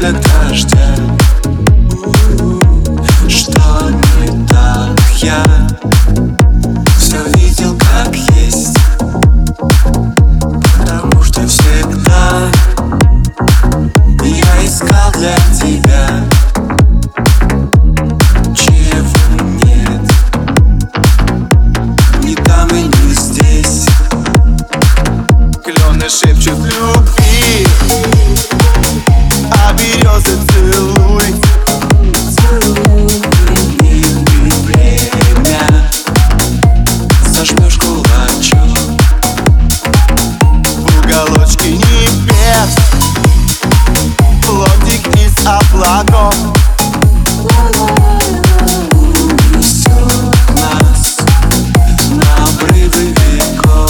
как дождя. Что не так, я все видел как есть, потому что всегда я искал для тебя, чего нет ни там и не здесь. Клены шепчут любви, а березы целуй. И ты время зажмешь кулачок в уголочке небес, плотик из облаков унесет нас на обрывы веков.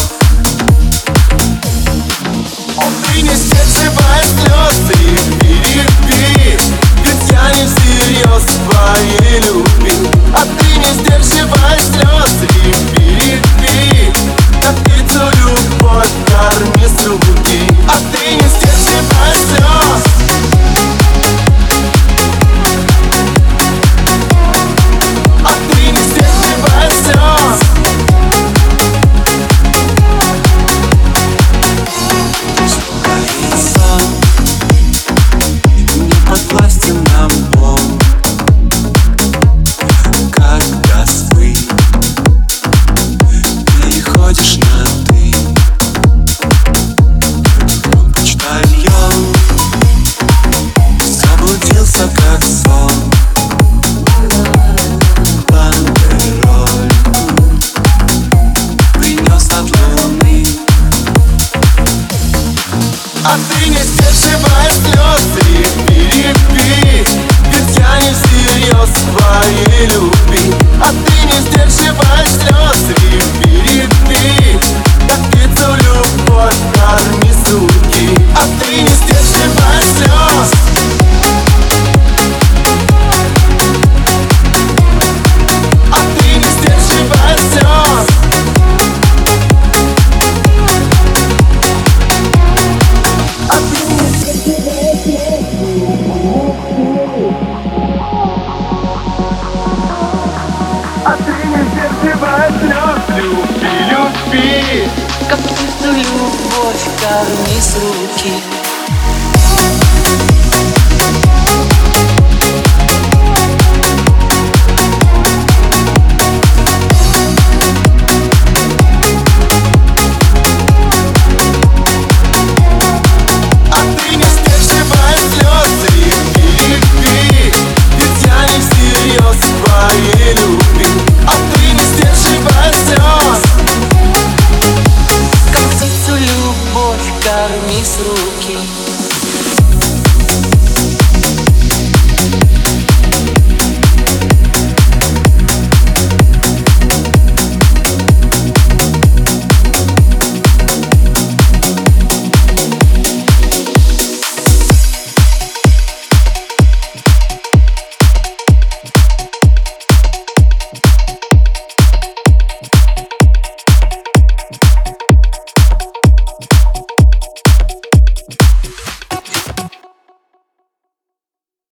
Ты не сдерживай слезы, перепей, ведь я не всерьез твоей любви. А ты не сдерживай слезы, перепей, как птицу любовь корми с руки. А ты не сдерживай слез. А ты не сдерживай слез. Не подвластен нам Бог, когда свы переходишь на ты. Он почтальон заблудился как сон, бандероль принес от луны. А ты не сдерживай слезы, перепей, ведь я не всерьез твоей любви. А ты не сдерживай слезы, перепей, как птицу любовь корми с руки. А ты не сдерживай слез. А ты не сдерживай слез. А ты не сдерживай слез, люби, люби, как птицу любовь корми с руки. а ты не сдерживай слезы, перепей, ведь я не всерьез твоей любви. А ты не сдерживай слез. Как птицу любовь корми с руки.